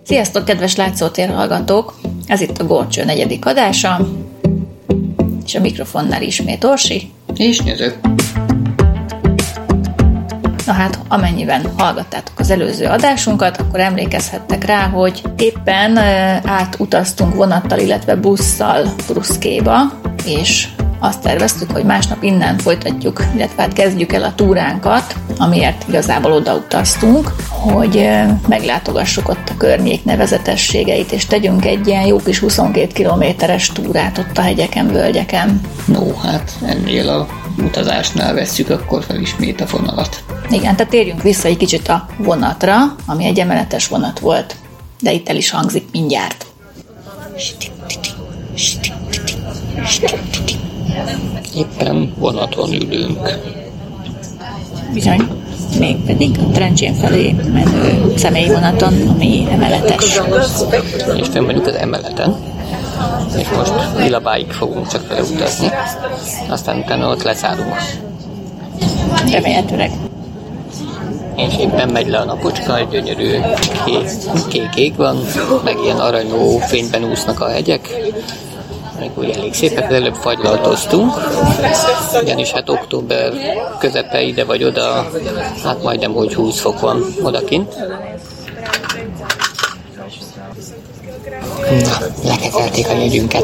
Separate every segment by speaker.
Speaker 1: Sziasztok, kedves Látszótér hallgatók! Ez itt a Górcső 4. adása, és a mikrofonnál ismét Orsi.
Speaker 2: És Nyöző.
Speaker 1: Na hát, amennyiben hallgattátok az előző adásunkat, akkor emlékezhettek rá, hogy éppen átutaztunk vonattal, illetve busszal Pruszkéba, és azt terveztük, hogy másnap innen folytatjuk, illetve hát kezdjük el a túránkat, amiért igazából odautaztunk, hogy meglátogassuk ott a környék nevezetességeit, és tegyünk egy ilyen jó kis 22 kilométeres túrát ott a hegyeken, völgyeken.
Speaker 2: No, hát ennél a utazásnál vesszük akkor fel ismét a vonalat.
Speaker 1: Igen, tehát térjünk vissza egy kicsit a vonatra, ami egy emeletes vonat volt, de itt el is hangzik mindjárt.
Speaker 2: Éppen vonaton ülünk.
Speaker 1: Bizony, mégpedig a Trencsén felé menő személyvonaton, ami emeletes.
Speaker 2: És fenn vagyunk az emeleten, és most Ilabáig fogunk csak vele utazni, aztán utána ott leszállunk.
Speaker 1: Remélhetőleg.
Speaker 2: És éppen megy le a napocska, egy gyönyörű kék ég van, meg ilyen aranyó fényben úsznak a hegyek. Még úgy elég szépek, az előbb fagylaltoztunk, ugyanis hát október közepe ide vagy oda, hát majdnem hogy 20 fok van odakint. Na, lekezelték a jegyünket.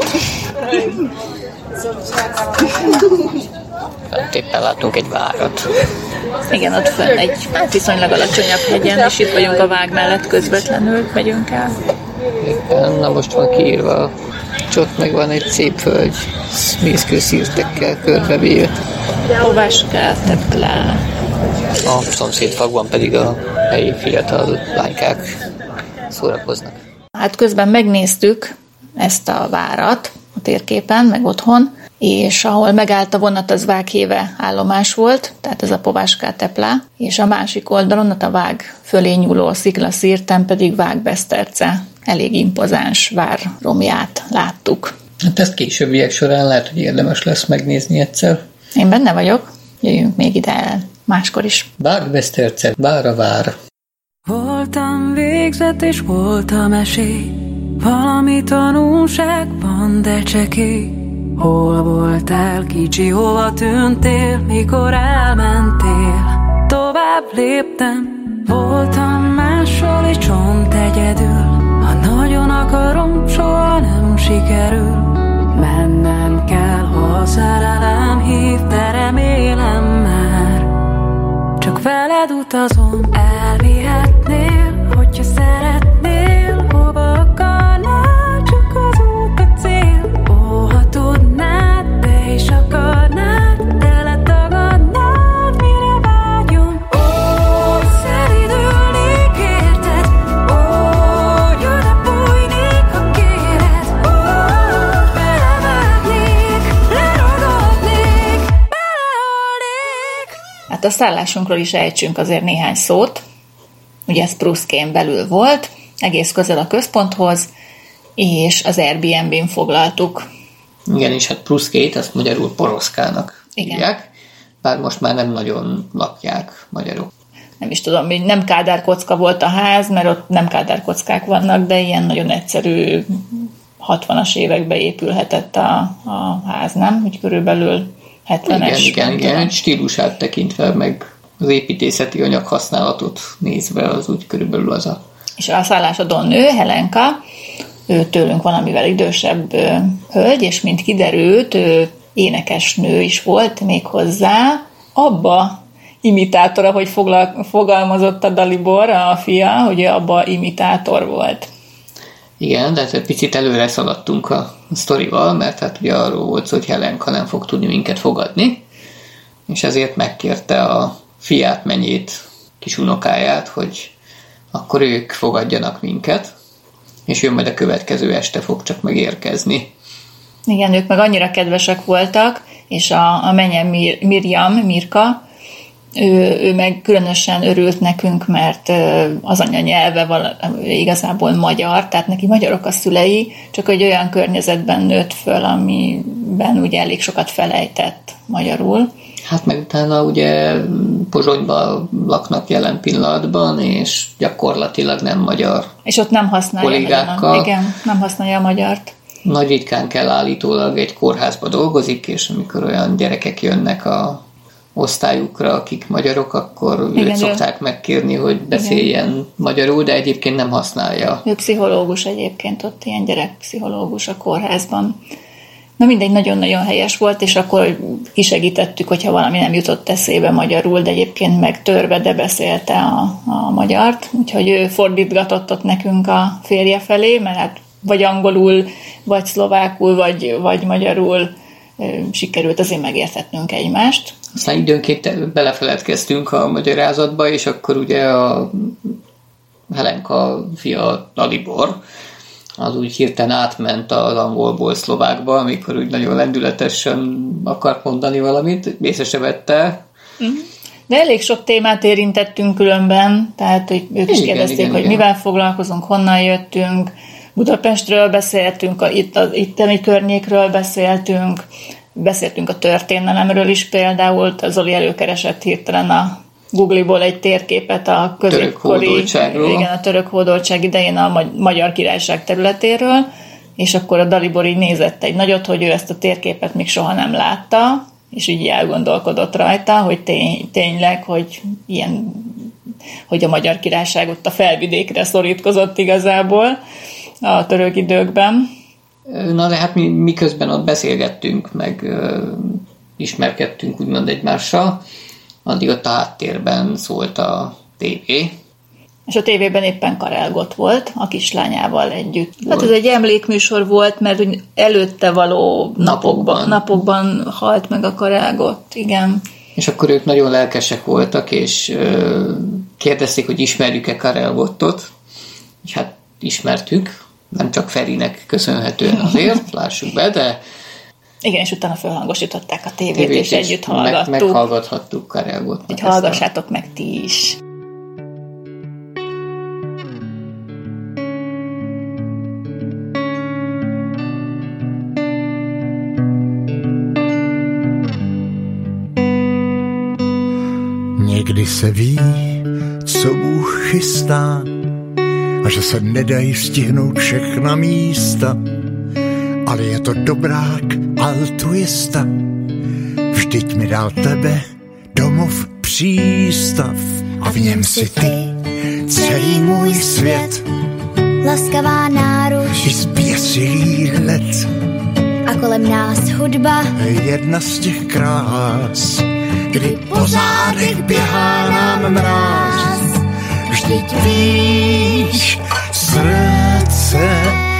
Speaker 2: Éppen látunk egy várat.
Speaker 1: Igen, ott fönn egy viszonylag alacsonyabb hegyen, és itt vagyunk a vág mellett, közvetlenül megyünk el.
Speaker 2: Éppen, na most van kiírva, ott meg van egy szép föld, mészkőszírtekkel körbevéve.
Speaker 1: Povaska Teplá.
Speaker 2: A szomszédfagban pedig a helyi fiatal lánykák szórakoznak.
Speaker 1: Hát közben megnéztük ezt a várat a térképen, meg otthon, és ahol megállt a vonat, az Vághéve állomás volt, tehát ez a Povaska Teplá, és a másik oldalon, a vág fölé nyúló sziklaszírten pedig Vágbeszterce elég impozáns várromját láttuk.
Speaker 2: Hát ezt későbbiek során lehet, hogy érdemes lesz megnézni egyszer.
Speaker 1: Én benne vagyok, jöjjünk még ide el máskor is.
Speaker 2: Vágbeszterce, vár a vár.
Speaker 3: Voltam végzett és voltam esély, valami tanulságban, de csekély. Hol voltál, kicsi, hova tűntél, mikor elmentél? Tovább léptem, voltam máshol és csont egyedül. Ha nagyon akarom, soha nem sikerül. Mennem kell, ha a szerelem hív, de remélem már. Csak veled utazom, elvihetnél, hogyha szeretnél, hova akarnál, csak az út a cél. Ó, ha tudnád, te is akarnád, de letagadnád, mire vágyom. Ó, szelidülnék érted, ó, oda bújnék, ha kéred. Ó, belevágnék, leragadnék, belehalnék.
Speaker 1: Hát a szállásunkról is ejtsünk azért néhány szót. Ugye ez Pruszkén belül volt, egész közel a központhoz, és az Airbnb-n foglaltuk.
Speaker 2: Igen, és hát Pruszkét, azt magyarul Poroszkának hívják, bár most már nem nagyon lakják magyarok.
Speaker 1: Nem is tudom, hogy nem kádárkocka volt a ház, mert ott nem kádárkockák vannak, de ilyen nagyon egyszerű 60-as években épülhetett a ház, nem? Úgy körülbelül 70-es.
Speaker 2: Igen, stílusát tekintve, meg az építészeti anyaghasználatot nézve, az úgy körülbelül az a...
Speaker 1: És a szállásadó nő, Helenka, ő tőlünk valamivel idősebb hölgy, és mint kiderült, ő énekesnő is volt még hozzá. Abba imitátora, hogy fogalmazott a Dalibor, a fia, hogy abba imitátor volt.
Speaker 2: Igen, de egy picit előre szaladtunk a sztorival, mert hát ugye arról volt, hogy Helenka nem fog tudni minket fogadni, és ezért megkérte a fiát, menyét, kis unokáját, hogy akkor ők fogadjanak minket, és ő majd a következő este fog csak megérkezni.
Speaker 1: Igen, ők meg annyira kedvesek voltak, és a menyem Mirka, ő meg különösen örült nekünk, mert az anyanyelve igazából magyar, tehát neki magyarok a szülei, csak egy olyan környezetben nőtt föl, amiben ugye elég sokat felejtett magyarul.
Speaker 2: Hát meg utána ugye Pozsonyban laknak jelen pillanatban, és gyakorlatilag nem magyar
Speaker 1: És ott nem használja
Speaker 2: kollégákkal.
Speaker 1: Igen, nem használja a magyart.
Speaker 2: Nagy ritkán kell állítólag egy kórházba dolgozik, és amikor olyan gyerekek jönnek a osztályukra, akik magyarok, akkor
Speaker 1: Igen,
Speaker 2: őt szokták megkérni, hogy beszéljen magyarul, de egyébként nem használja.
Speaker 1: Ő pszichológus egyébként, ott ilyen gyerekpszichológus a kórházban. Na mindegy, nagyon-nagyon helyes volt, és akkor kisegítettük, hogyha valami nem jutott eszébe magyarul, de egyébként megtörve, de beszélte a magyart, úgyhogy ő fordítgatott ott nekünk a férje felé, mert hát vagy angolul, vagy szlovákul, vagy magyarul sikerült azért megérthetnünk egymást.
Speaker 2: Aztán időnként belefeledkeztünk a magyarázatba, és akkor ugye a Helenka fia Dalibor, az úgy hirtelen átment az angolból szlovákba, amikor úgy nagyon lendületesen akart mondani valamit, észre se vette.
Speaker 1: De elég sok témát érintettünk különben, tehát hogy ők is kérdezték, hogy mivel foglalkozunk, honnan jöttünk, Budapestről beszéltünk, az itteni környékről beszéltünk a történelemről is például, Zoli előkeresett hirtelen a Google-ból egy térképet a középkori, a török hódoltság idején a Magyar Királyság területéről, és akkor a Dalibor így nézett egy nagyot, hogy ő ezt a térképet még soha nem látta, és így elgondolkodott rajta, hogy tényleg, hogy ilyen, hogy a Magyar Királyság ott a felvidékre szorítkozott igazából a török időkben.
Speaker 2: Na de hát miközben ott beszélgettünk, meg ismerkedtünk úgymond egymással, addig ott a háttérben szólt a tévé.
Speaker 1: És a tévében éppen Karel Gott volt a kislányával együtt. Hát ez egy emlékműsor volt, mert úgy előtte való napokban halt meg a Karel Gott, igen.
Speaker 2: És akkor ők nagyon lelkesek voltak, és kérdezték, hogy ismerjük-e Karel Gottot, és hát ismertük, nem csak Ferinek köszönhetően azért, lássuk be, de
Speaker 1: igen, és utána felhangosították a tévét és együtt hallgattuk.
Speaker 2: Meghallgathattuk Karel Gottnak.
Speaker 1: Hogy hallgassátok meg ti is.
Speaker 4: Někdy se ví, co Bůh chystá, a že se nedají stihnout všechna místa, ale je to dobrák altruista. Vždyť mi dal tebe domov přístav a v něm si ty celý můj svět.
Speaker 5: Laskavá náruč
Speaker 4: I zběsilý let
Speaker 5: a kolem nás hudba.
Speaker 4: jedna z těch krás, kdy po zádech běhá nám mráz. Vždyť víš, srdce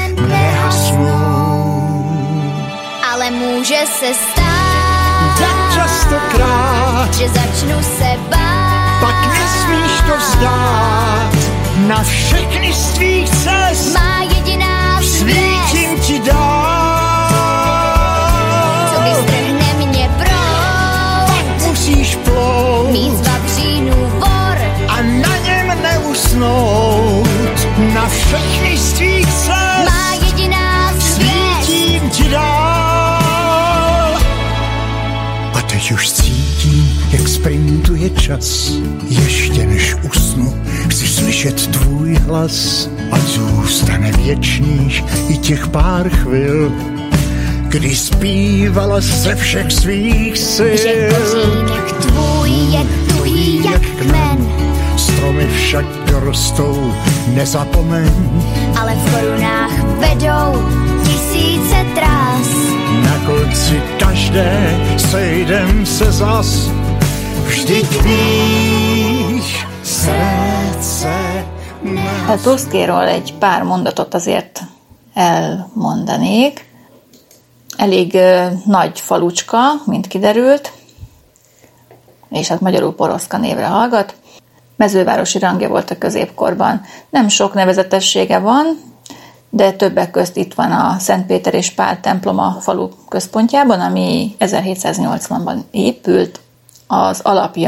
Speaker 4: nehasnou.
Speaker 5: Ale může se stát,
Speaker 4: Tak častokrát,
Speaker 5: že začnu se bát.
Speaker 4: pak nesmíš to vzdát. Na všechny z tvých cest
Speaker 5: Má jediná
Speaker 4: svítím
Speaker 5: vzvěst,
Speaker 4: ti dál.
Speaker 5: co když strhne mě proud.
Speaker 4: Musíš plout
Speaker 5: Mít z vavřínů vor,
Speaker 4: a na něm neusnout. Na všechny z tvých cest
Speaker 5: má jediná vzvěst.
Speaker 4: svítím ti dál. A teď už cítím, jak sprintuje čas. Ještě než usnu, chci slyšet tvůj hlas. A zůstane věčných i těch pár chvil, kdy zpívala ze všech svých sil.
Speaker 5: Že kořínek tvůj je tuhý jak kmen,
Speaker 4: Stromy však dorostou, nezapomeň.
Speaker 5: ale v korunách vedou tisíce trás.
Speaker 4: Na konci každé sejdem se zas. Vždyť víš, srdce
Speaker 1: A Turszkéről egy pár mondatot azért elmondanék. Elég nagy falucska, mint kiderült, és hát magyarul Poroszka névre hallgat. Mezővárosi rangja volt a középkorban. Nem sok nevezetessége van, de többek közt itt van a Szent Péter és Pál templom a falu központjában, ami 1780-ban épült. Az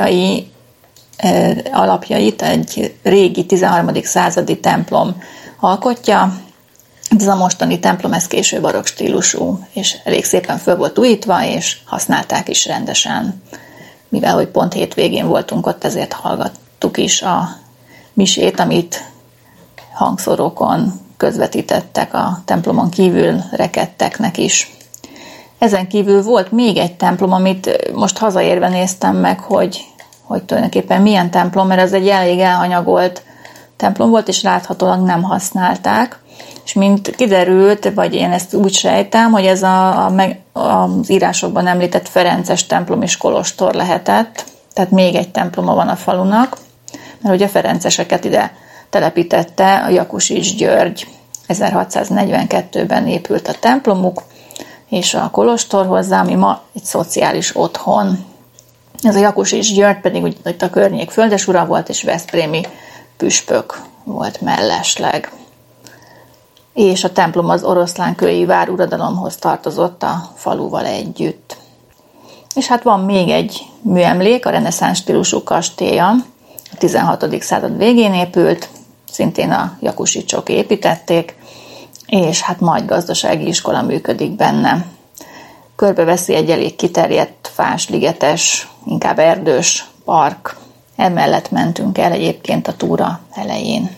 Speaker 1: alapjait egy régi 13. századi templom alkotja. Ez a mostani templom, ez késő barokk stílusú, és elég szépen föl volt újítva, és használták is rendesen. mivel hogy pont hétvégén voltunk ott, ezért hallgattuk is a misét, amit hangszórókon közvetítettek a templomon kívül rekedteknek is. Ezen kívül volt még egy templom, amit most hazaérve néztem meg, hogy tulajdonképpen milyen templom, mert ez egy elég elhanyagolt templom volt, és láthatólag nem használták. És mint kiderült, vagy én ezt úgy sejtem, hogy ez az írásokban említett ferences templom és kolostor lehetett, tehát még egy temploma van a falunak, mert ugye a ferenceseket ide telepítette a Jakusics György. 1642-ben épült a templomuk, és a kolostor hozzá, ami ma egy szociális otthon. Ez a Jakusics György pedig úgy, itt a környék földesura volt, és veszprémi püspök volt mellesleg. És a templom az oroszlánkői váruradalomhoz tartozott a faluval együtt. És hát van még egy műemlék, a reneszánsz stílusú kastélya, a 16. század végén épült, szintén a Jakusicsok építették, és hát majd gazdasági iskola működik benne. Körbeveszi egy elég kiterjedt, fás, ligetes, inkább erdős park. Emellett mentünk el egyébként a túra elején.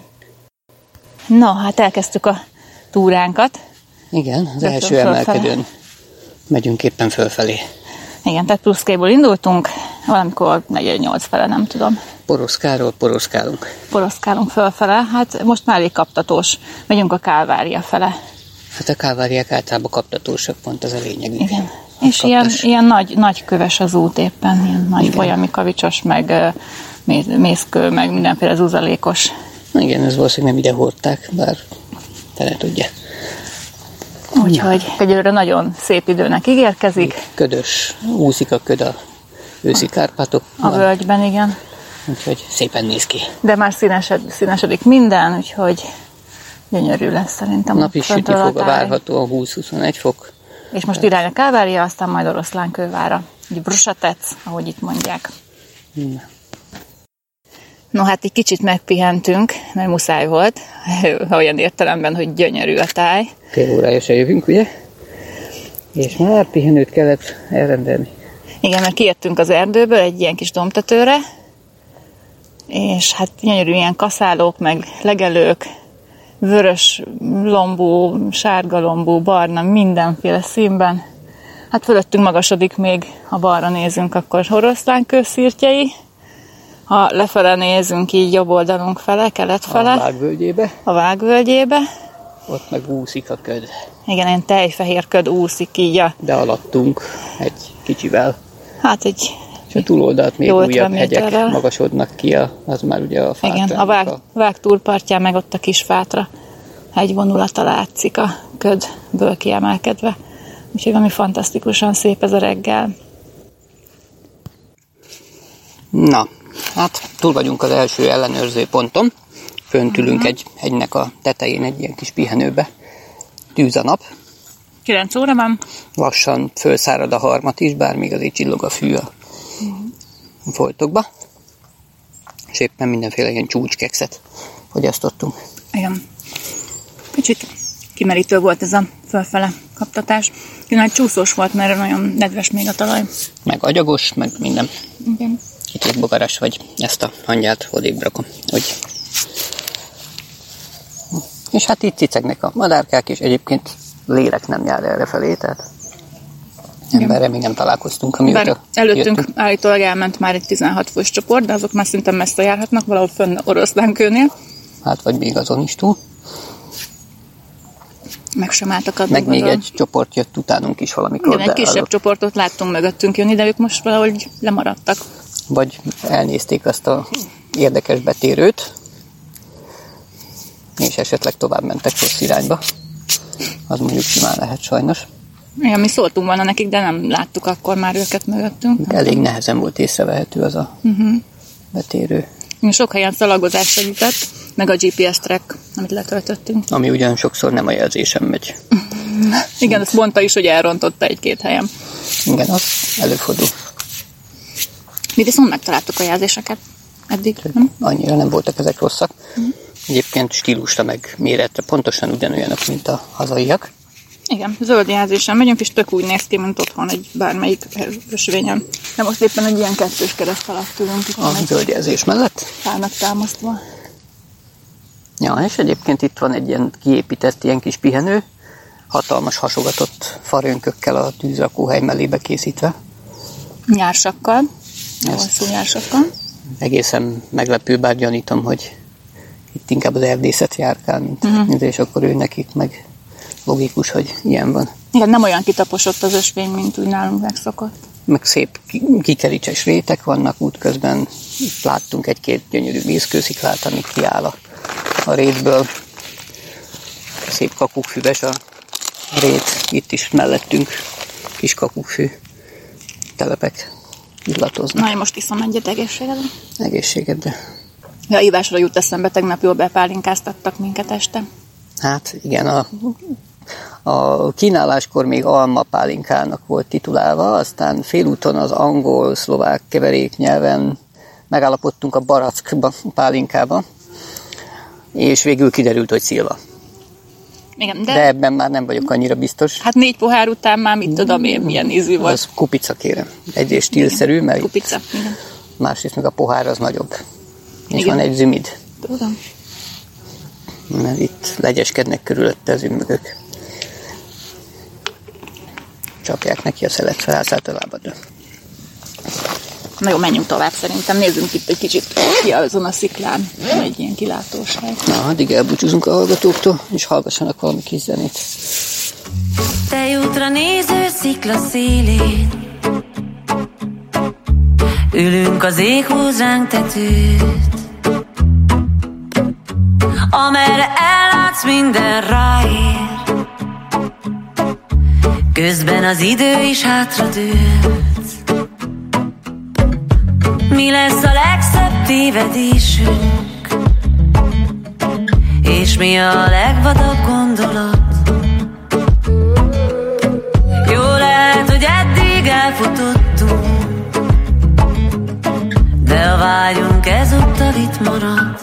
Speaker 1: Na, hát elkezdtük a túránkat.
Speaker 2: Igen, az első emelkedőn megyünk éppen fölfelé.
Speaker 1: Igen, tehát Pruszkéból indultunk, valamikor 48 fele, nem tudom.
Speaker 2: Poroszkáról poroszkálunk.
Speaker 1: Poroszkálunk fölfele, hát most már elég kaptatós. Megyünk a Kálvária fele.
Speaker 2: Hát a kálváriák általában kaptatósak, pont az a lényeg.
Speaker 1: Igen. És ilyen nagy köves az út éppen, ilyen nagy folyami kavicsos, meg mészkő, meg mindenféle zuzalékos.
Speaker 2: Igen, ez valószínűleg nem ide hordták, bár fele tudja.
Speaker 1: Úgyhogy egyelőre nagyon szép időnek ígérkezik.
Speaker 2: Ködös, úszik a köd a őszi Kárpátokban.
Speaker 1: A völgyben, igen.
Speaker 2: Úgyhogy szépen néz ki.
Speaker 1: De már színesedik minden, úgyhogy gyönyörű lesz szerintem.
Speaker 2: Nap is sütni fog, a várható a 20-21 fok.
Speaker 1: És most irány a Kálvária, aztán majd Oroszlánkővára. Egy Brusatec, ahogy itt mondják. No, hát egy kicsit megpihentünk, mert muszáj volt, olyan értelemben, hogy gyönyörű a táj.
Speaker 2: Fél órája se jövünk, ugye? És már pihenőt kellett elrendelni.
Speaker 1: Igen, mert kijöttünk az erdőből egy ilyen kis dombtetőre, és hát gyönyörű ilyen kaszálók, meg legelők, vörös lombú, sárga lombú, barna, mindenféle színben. Hát fölöttünk magasodik még, ha balra nézünk, akkor Oroszlánkő szirtjei. Ha lefele nézünk, így jobb oldalunk fele, kelet fele. A Vágvölgyébe.
Speaker 2: Ott meg úszik a köd.
Speaker 1: Igen, egy tejfehér köd úszik így
Speaker 2: de alattunk egy kicsivel.
Speaker 1: Hát egy...
Speaker 2: És a túloldalt még újabb hegyek magasodnak ki, az már ugye a Fátra.
Speaker 1: Igen, a Vág túlpartján meg ott a Kisfátra hegyvonulata látszik a ködből kiemelkedve. Úgyhogy valami fantasztikusan szép ez a reggel.
Speaker 2: Na, hát túl vagyunk az első ellenőrző ponton. Fönt ülünk egy hegynek a tetején, egy ilyen kis pihenőbe. Tűz a nap.
Speaker 1: 9 óra van.
Speaker 2: Lassan fölszárad a harmat is, bár még azért csillog a fű a foltokba. És éppen mindenféle ilyen csúcskekszet fogyasztottunk.
Speaker 1: Igen. Kicsit kimerítő volt ez a fölfele kaptatás. Nagy csúszós volt, mert nagyon nedves még a talaj.
Speaker 2: Meg agyagos, meg minden.
Speaker 1: Igen.
Speaker 2: Kicsit bogaras vagy, ezt a hangyát odébb rakom. Úgy. És hát itt cicegnek a madárkák, és egyébként lélek nem jár errefelé, tehát emberre még nem találkoztunk, amióta
Speaker 1: előttünk
Speaker 2: jöttünk.
Speaker 1: Állítólag elment már egy 16 fős csoport, de azok már szinte messze járhatnak, valahol fönn Oroszlánkőnél.
Speaker 2: Hát vagy még azon is túl.
Speaker 1: Meg sem álltak addig.
Speaker 2: Meg még egy csoport jött utánunk is valamikor.
Speaker 1: Igen, egy kisebb csoportot láttunk mögöttünk jönni, de ők most valahogy lemaradtak.
Speaker 2: Vagy elnézték azt a érdekes betérőt, és esetleg tovább mentek rossz irányba. Az mondjuk simán lehet sajnos.
Speaker 1: Igen, mi szóltunk volna nekik, de nem láttuk akkor már őket mögöttünk.
Speaker 2: Elég nehezen volt észrevehető az a betérő.
Speaker 1: Sok helyen szalagozás segített, meg a GPS track, amit letöltöttünk.
Speaker 2: Ami ugyan sokszor nem a jelzésem megy.
Speaker 1: Igen, azt mondta is, hogy elrontotta egy-két helyen.
Speaker 2: Igen, az előfordul.
Speaker 1: Mi viszont megtaláltuk a jelzéseket eddig, nem?
Speaker 2: Annyira nem voltak ezek rosszak. Egyébként stílusra meg méretre pontosan ugyanolyanok, mint a hazaiak.
Speaker 1: Igen, zöld jelzésen megyünk, és tök úgy néz ki, mint otthon egy bármelyik ösvényen. De most éppen egy ilyen kettős kereszt alatt ülünk. Itt
Speaker 2: A zöld jelzés mellett.
Speaker 1: Fának támasztva.
Speaker 2: Ja, és egyébként itt van egy ilyen kiépített ilyen kis pihenő, hatalmas hasogatott farönkökkel a tűzrakóhely mellébe készítve.
Speaker 1: Nyársakkal. Hosszú nyársakkal.
Speaker 2: Egészen meglepő, bár gyanítom, hogy itt inkább az erdészet járkál, mint és akkor ő nekik meg logikus, hogy ilyen van.
Speaker 1: Igen, nem olyan kitaposott az ösvény, mint úgy nálunk megszokott.
Speaker 2: Meg szép kikerítses rétek vannak útközben. Itt láttunk egy-két gyönyörű vízkősziklát, ami kiáll a rétből. Szép kakukkfüves a rét. Itt is mellettünk kis kakukkfű telepek illatoznak.
Speaker 1: Na, én most iszom egyet egészségedre.
Speaker 2: Egészségedre.
Speaker 1: Ja, ívásra jut eszembe, tegnap jól bepálinkáztattak minket este.
Speaker 2: Hát igen, a kínáláskor még almapálinkának volt titulálva, aztán félúton az angol-szlovák keverék nyelven megállapodtunk a barack pálinkába, és végül kiderült, hogy szilva.
Speaker 1: Igen,
Speaker 2: De ebben már nem vagyok annyira biztos.
Speaker 1: Hát 4 pohár után már mit tudom én, milyen ízű volt.
Speaker 2: Az kupica, kérem. Egyrészt stílszerű, meg
Speaker 1: Kupica, igen.
Speaker 2: másrészt meg a pohár az nagyobb. És
Speaker 1: Igen.
Speaker 2: van egy zümid.
Speaker 1: Tudom.
Speaker 2: Mert itt legyeskednek körülötte az ümmögök. Csapják neki a szelet felházát a lábadra.
Speaker 1: Na jó, menjünk tovább szerintem. Nézzünk itt egy kicsit ki azon a sziklán. Egy ilyen kilátós hely.
Speaker 2: Na, addig elbúcsúzunk a hallgatóktól, és hallgassanak valami kis zenét.
Speaker 3: Tejútra néző szikla szélén ülünk, az ég húz ránk tetőt, amerre ellátsz, minden ráér, közben az idő is hátradőlt. Mi lesz a legszebb tévedésünk, és mi a legvadabb gondolat? Jó lehet, hogy eddig elfutottunk, de a vágyunk ezúttal itt marad.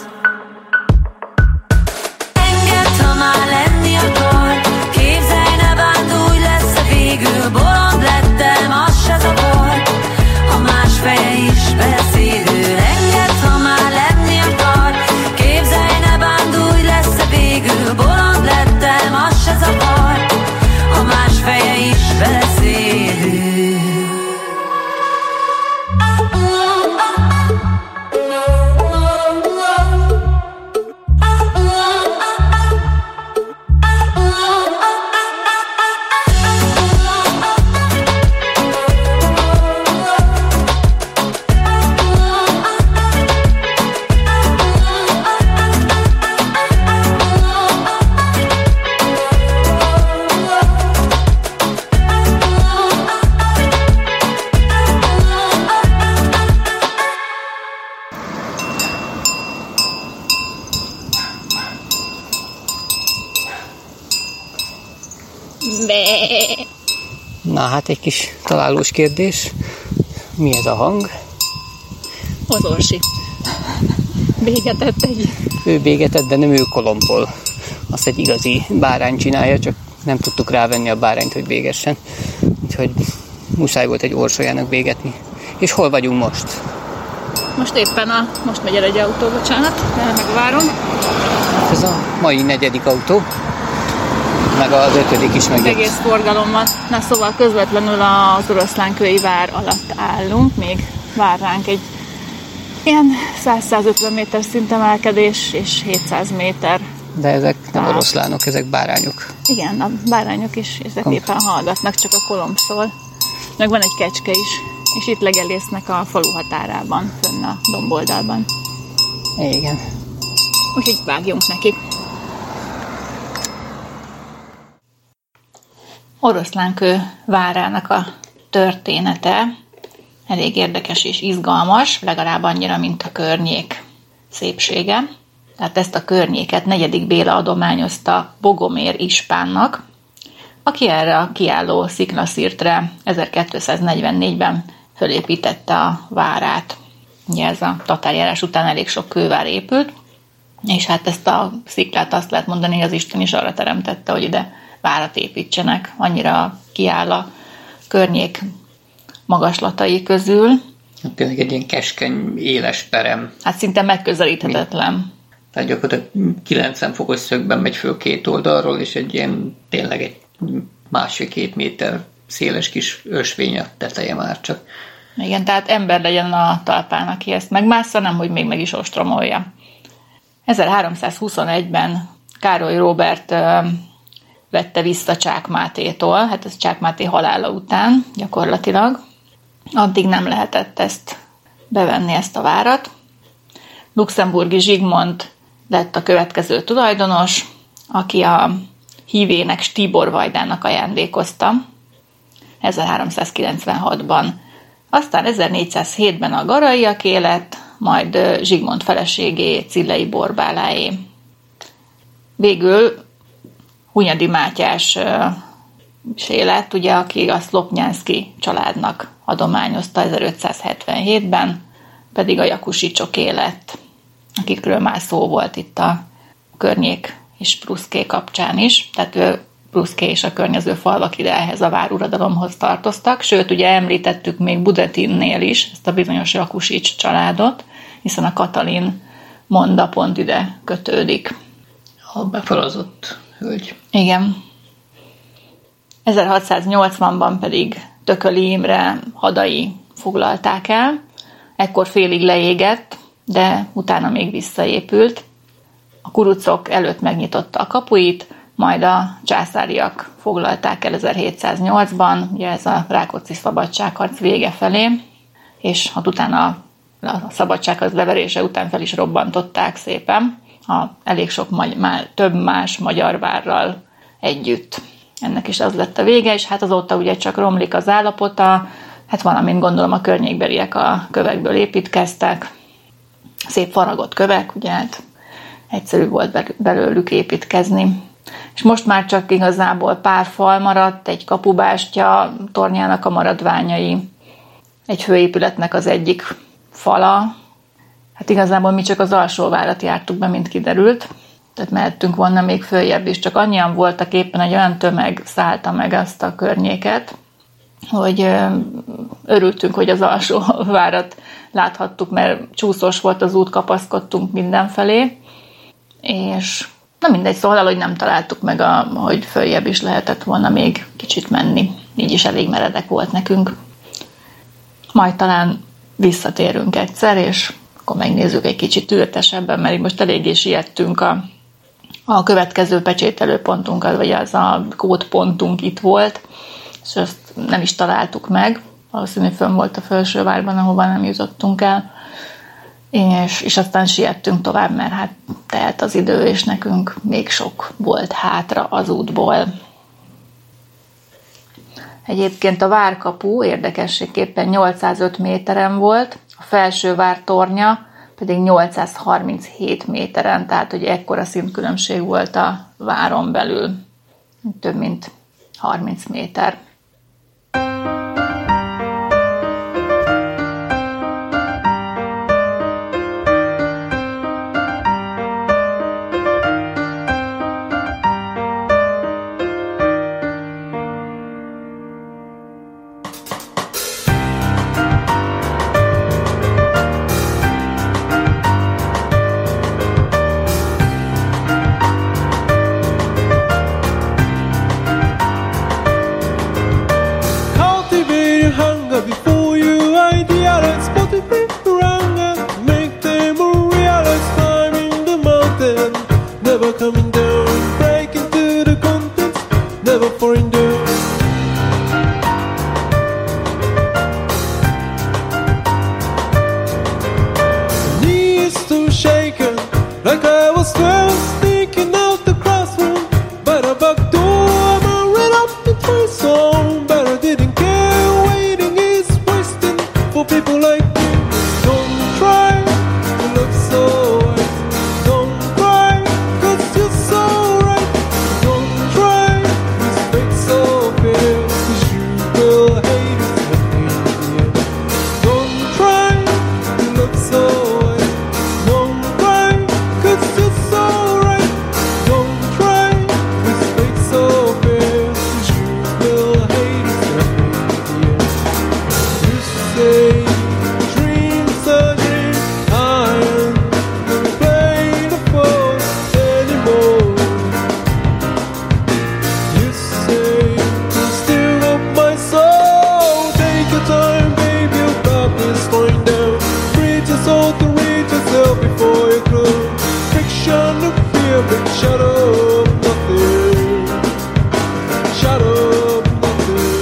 Speaker 3: Engedd, ha már lenni akar, képzelj, ne bánt, úgy lesz-e végül. Bolond lettem, az se zavar, ha más feje is beszélő. Engedd, ha már lenni akar, képzelj, ne bánt, úgy lesz-e végül. Bolond lettem, az se zavar, ha más feje is beleszélő.
Speaker 2: Na hát egy kis találós kérdés. Mi ez a hang?
Speaker 1: Az Orsi. Bégetett egy.
Speaker 2: Ő bégetett, de nem ő kolompol. Azt egy igazi bárány csinálja, csak nem tudtuk rávenni a bárányt, hogy bégessen. Úgyhogy muszáj volt egy orsolyának bégetni. És hol vagyunk most?
Speaker 1: Most éppen most megy el egy autó, bocsánat, megvárom.
Speaker 2: Ez a mai 4. autó, meg az 5. is meg.
Speaker 1: Egész forgalom van. Na szóval közvetlenül az Oroszlánkői vár alatt állunk, még vár ránk egy ilyen 100-150 méter szintemelkedés és 700 méter.
Speaker 2: De ezek nem oroszlánok, ezek bárányok.
Speaker 1: Igen, a bárányok is ezek éppen hallgatnak, csak a kolomb szól. Meg van egy kecske is, és itt legelésznek a falu határában, fönn a domboldalban.
Speaker 2: Igen.
Speaker 1: Úgyhogy vágjunk neki. Oroszlánkő várának a története elég érdekes és izgalmas, legalább annyira, mint a környék szépsége. Tehát ezt a környéket 4. Béla adományozta Bogomér ispánnak, aki erre a kiálló sziklaszirtre 1244-ben fölépítette a várát. Ugye ez a tatárjárás után elég sok kővár épült, és hát ezt a sziklát azt lehet mondani, hogy az Isten is arra teremtette, hogy ide várat építsenek. Annyira kiáll a környék magaslatai közül.
Speaker 2: Tényleg egy ilyen keskeny, éles perem.
Speaker 1: Hát szinte megközelíthetetlen.
Speaker 2: Tehát gyakorlatilag 90 fokos szögben megy föl két oldalról, és egy ilyen tényleg egy 1,5-2 méter széles kis ösvény a teteje már csak.
Speaker 1: Igen, tehát ember legyen a talpán, aki ezt megmássza, nem, hogy még meg is ostromolja. 1321-ben Károly Róbert vette vissza Csák Mátétól, hát ez Csák Máté halála után gyakorlatilag. Addig nem lehetett bevenni ezt a várat. Luxemburgi Zsigmond lett a következő tulajdonos, aki a hívének Stibor vajdának ajándékozta 1396-ban. Aztán 1407-ben a Garaiaké lett, majd Zsigmond feleségé, Cillei Borbáláé. Végül Hunyadi Mátyás lett, ugye, aki a Szlopnyánszky családnak adományozta 1577-ben, pedig a Jakusicsoké lett, akikről már szó volt itt a környék és Pruszké kapcsán is, tehát Pruszké és a környező falvak ide ehhez a váruradalomhoz tartoztak, sőt, ugye említettük még Budetinnél is ezt a bizonyos Jakusics családot, hiszen a Katalin monda pont ide kötődik.
Speaker 2: A befalazott hölgy.
Speaker 1: Igen. 1680-ban pedig Tököli Imre hadai foglalták el, ekkor félig leégett, de utána még visszaépült. A kurucok előtt megnyitotta a kapuit, majd a császáriak foglalták el 1708-ban, ugye ez a Rákóczi szabadságharc vége felé, és hát utána a szabadságharc leverése után fel is robbantották szépen, elég sok több más magyar várral együtt. Ennek is az lett a vége, és hát azóta ugye csak romlik az állapota, hát valamint gondolom a környékbeliek a kövekből építkeztek, szép faragott kövek, ugye hát egyszerű volt belőlük építkezni. És most már csak igazából pár fal maradt, egy kapubástya tornyának a maradványai, egy főépületnek az egyik fala. Hát igazából mi csak az alsóvárat jártuk be, mint kiderült, tehát mehettünk volna még följebb is, csak annyian voltak, éppen egy olyan tömeg szállta meg azt a környéket, hogy örültünk, hogy az alsó várat láthattuk, mert csúszós volt az út, kapaszkodtunk mindenfelé, és na mindegy, szóval, hogy nem találtuk meg, hogy följebb is lehetett volna még kicsit menni. Így is elég meredek volt nekünk. Majd talán visszatérünk egyszer, és akkor megnézzük egy kicsit tüzetesebben, mert most eléggé siettünk a következő pecsételőpontunkat, vagy az a kódpontunk itt volt, és azt nem is találtuk meg. Valószínűleg fönn volt a Felsővárban, ahova nem jutottunk el. És aztán siettünk tovább, mert hát telt az idő, és nekünk még sok volt hátra az útból. Egyébként a várkapu érdekességképpen 805 méteren volt, a Felsővár tornya pedig 837 méteren, tehát hogy ekkora szintkülönbség volt a váron belül, több mint 30 méter.
Speaker 6: Don't cry, 'cause you're so a big shadow of nothing. Shadow of nothing.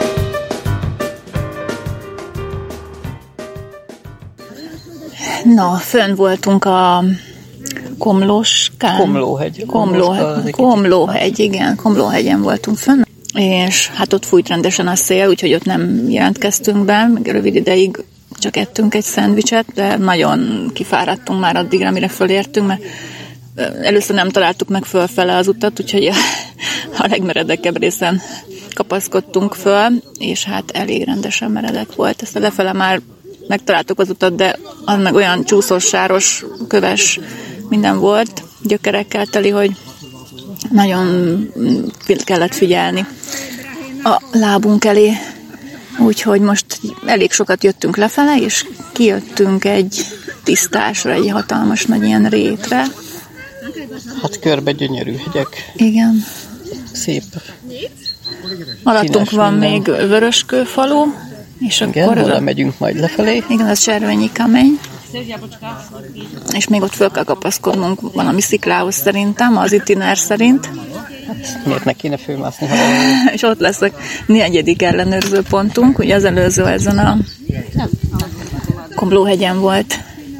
Speaker 1: Na, fönn voltunk a Komlóskán. Komlóhegy, igen, Komlóhegyen voltunk fönn. És hát ott fújt rendesen a szél, úgyhogy ott nem jelentkeztünk be, meg rövid ideig csak ettünk egy szendvicset, de nagyon kifáradtunk már addigra, amire fölértünk, mert először nem találtuk meg fölfele az utat, úgyhogy a legmeredekebb részen kapaszkodtunk föl, és hát elég rendesen meredek volt. Ezt a lefele már megtaláltuk az utat, de az meg olyan csúszós, sáros, köves minden volt, gyökerekkel teli, hogy nagyon kellett figyelni a lábunk elé. Úgyhogy most elég sokat jöttünk lefele, és kijöttünk egy tisztásra, egy hatalmas nagy ilyen rétre.
Speaker 7: Hát körbe gyönyörű hegyek.
Speaker 1: Igen.
Speaker 7: Szép.
Speaker 1: Alattunk van minden. Még Vöröskőfalu, és
Speaker 7: igen,
Speaker 1: akkor...
Speaker 7: oda megyünk majd lefelé.
Speaker 1: Igen, az Cservenyi Kamény. És még ott föl kell kapaszkodnunk valami sziklához szerintem, az itinár szerint.
Speaker 7: Hát, miért ne kéne fölmászni?
Speaker 1: És ott lesz a 4. ellenőrző pontunk, ugye az előző ezen a Komlóhegyen volt.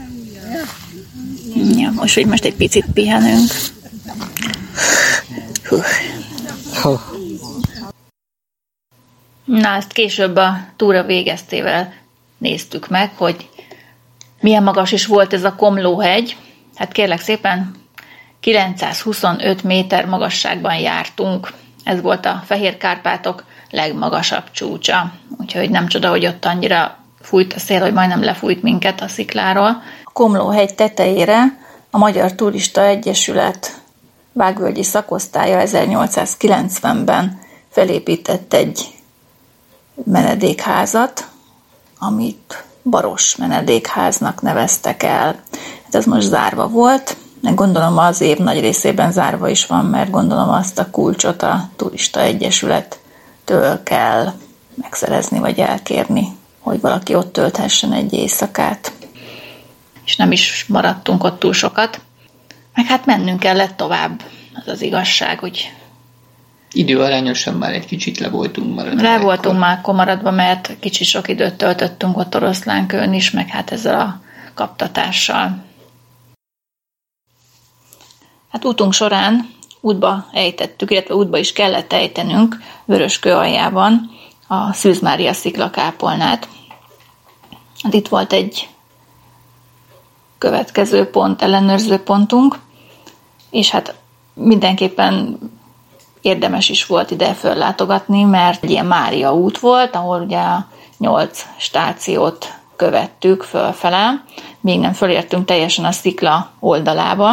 Speaker 1: Ja, most egy picit pihenünk. Na, ezt később a túra végeztével néztük meg, hogy milyen magas is volt ez a Komlóhegy. Hát kérlek szépen, 925 méter magasságban jártunk. Ez volt a Fehér-Kárpátok legmagasabb csúcsa. Úgyhogy nem csoda, hogy ott annyira fújt a szél, hogy majdnem lefújt minket a szikláról. A Komlóhegy tetejére a Magyar Turista Egyesület vágvölgyi szakosztálya 1890-ben felépített egy menedékházat, amit Baros menedékháznak neveztek el. Hát ez most zárva volt, de gondolom az év nagy részében zárva is van, mert gondolom azt a kulcsot a Turista Egyesülettől kell megszerezni vagy elkérni, hogy valaki ott tölthessen egy éjszakát. És nem is maradtunk ott túl sokat, meg hát mennünk kellett tovább, az az igazság, hogy
Speaker 2: időarányosan már egy kicsit le voltunk maradva.
Speaker 1: Le voltunk már komaradva, mert kicsit sok időt töltöttünk ott Oroszlánkőn is, meg hát ezzel a kaptatással. Hát útunk során útba ejtettük, illetve útba is kellett ejtenünk Vöröskő aljában a Szűz Mária sziklakápolnát. Hát itt volt egy következő pont, ellenőrző pontunk, és hát mindenképpen érdemes is volt ide föllátogatni, mert egy ilyen Mária út volt, ahol ugye 8 stációt követtük fölfele, még nem fölértünk teljesen a szikla oldalába,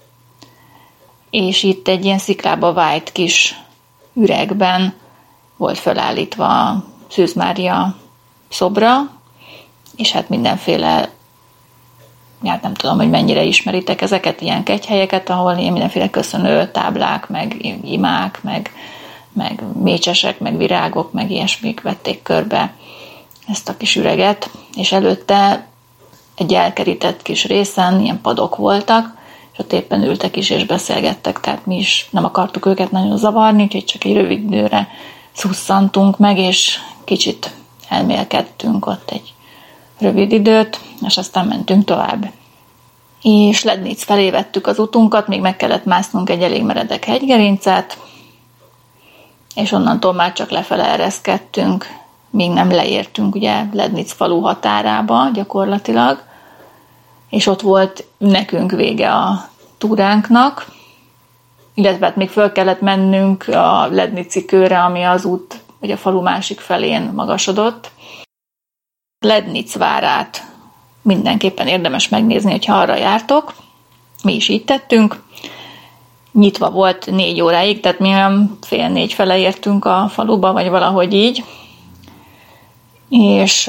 Speaker 1: és itt egy ilyen sziklába vájt kis üregben volt fölállítva a Szűz Mária szobra, és hát mindenféle, hát nem tudom, hogy mennyire ismeritek ezeket, ilyen kegyhelyeket, ahol ilyen mindenféle köszönő táblák, meg imák, meg mécsesek, meg virágok, meg ilyesmik vették körbe ezt a kis üreget, és előtte egy elkerített kis részen ilyen padok voltak, és ott éppen ültek is és beszélgettek, tehát mi is nem akartuk őket nagyon zavarni, úgyhogy csak egy rövid időre szusszantunk meg, és kicsit elmélkedtünk ott egy rövid időt, és aztán mentünk tovább. És Lednic felé vettük az utunkat, még meg kellett másznunk egy elég meredek hegygerincet, és onnantól már csak lefele ereszkedtünk, míg nem leértünk ugye Lednic falu határába gyakorlatilag, és ott volt nekünk vége a túránknak, illetve hát még föl kellett mennünk a Lednici kőre, ami az út, vagy a falu másik felén magasodott. Lednic várát mindenképpen érdemes megnézni, hogyha arra jártok. Mi is így tettünk. Nyitva volt 4 óráig, tehát mi olyan 3:30 fele értünk a faluba, vagy valahogy így. És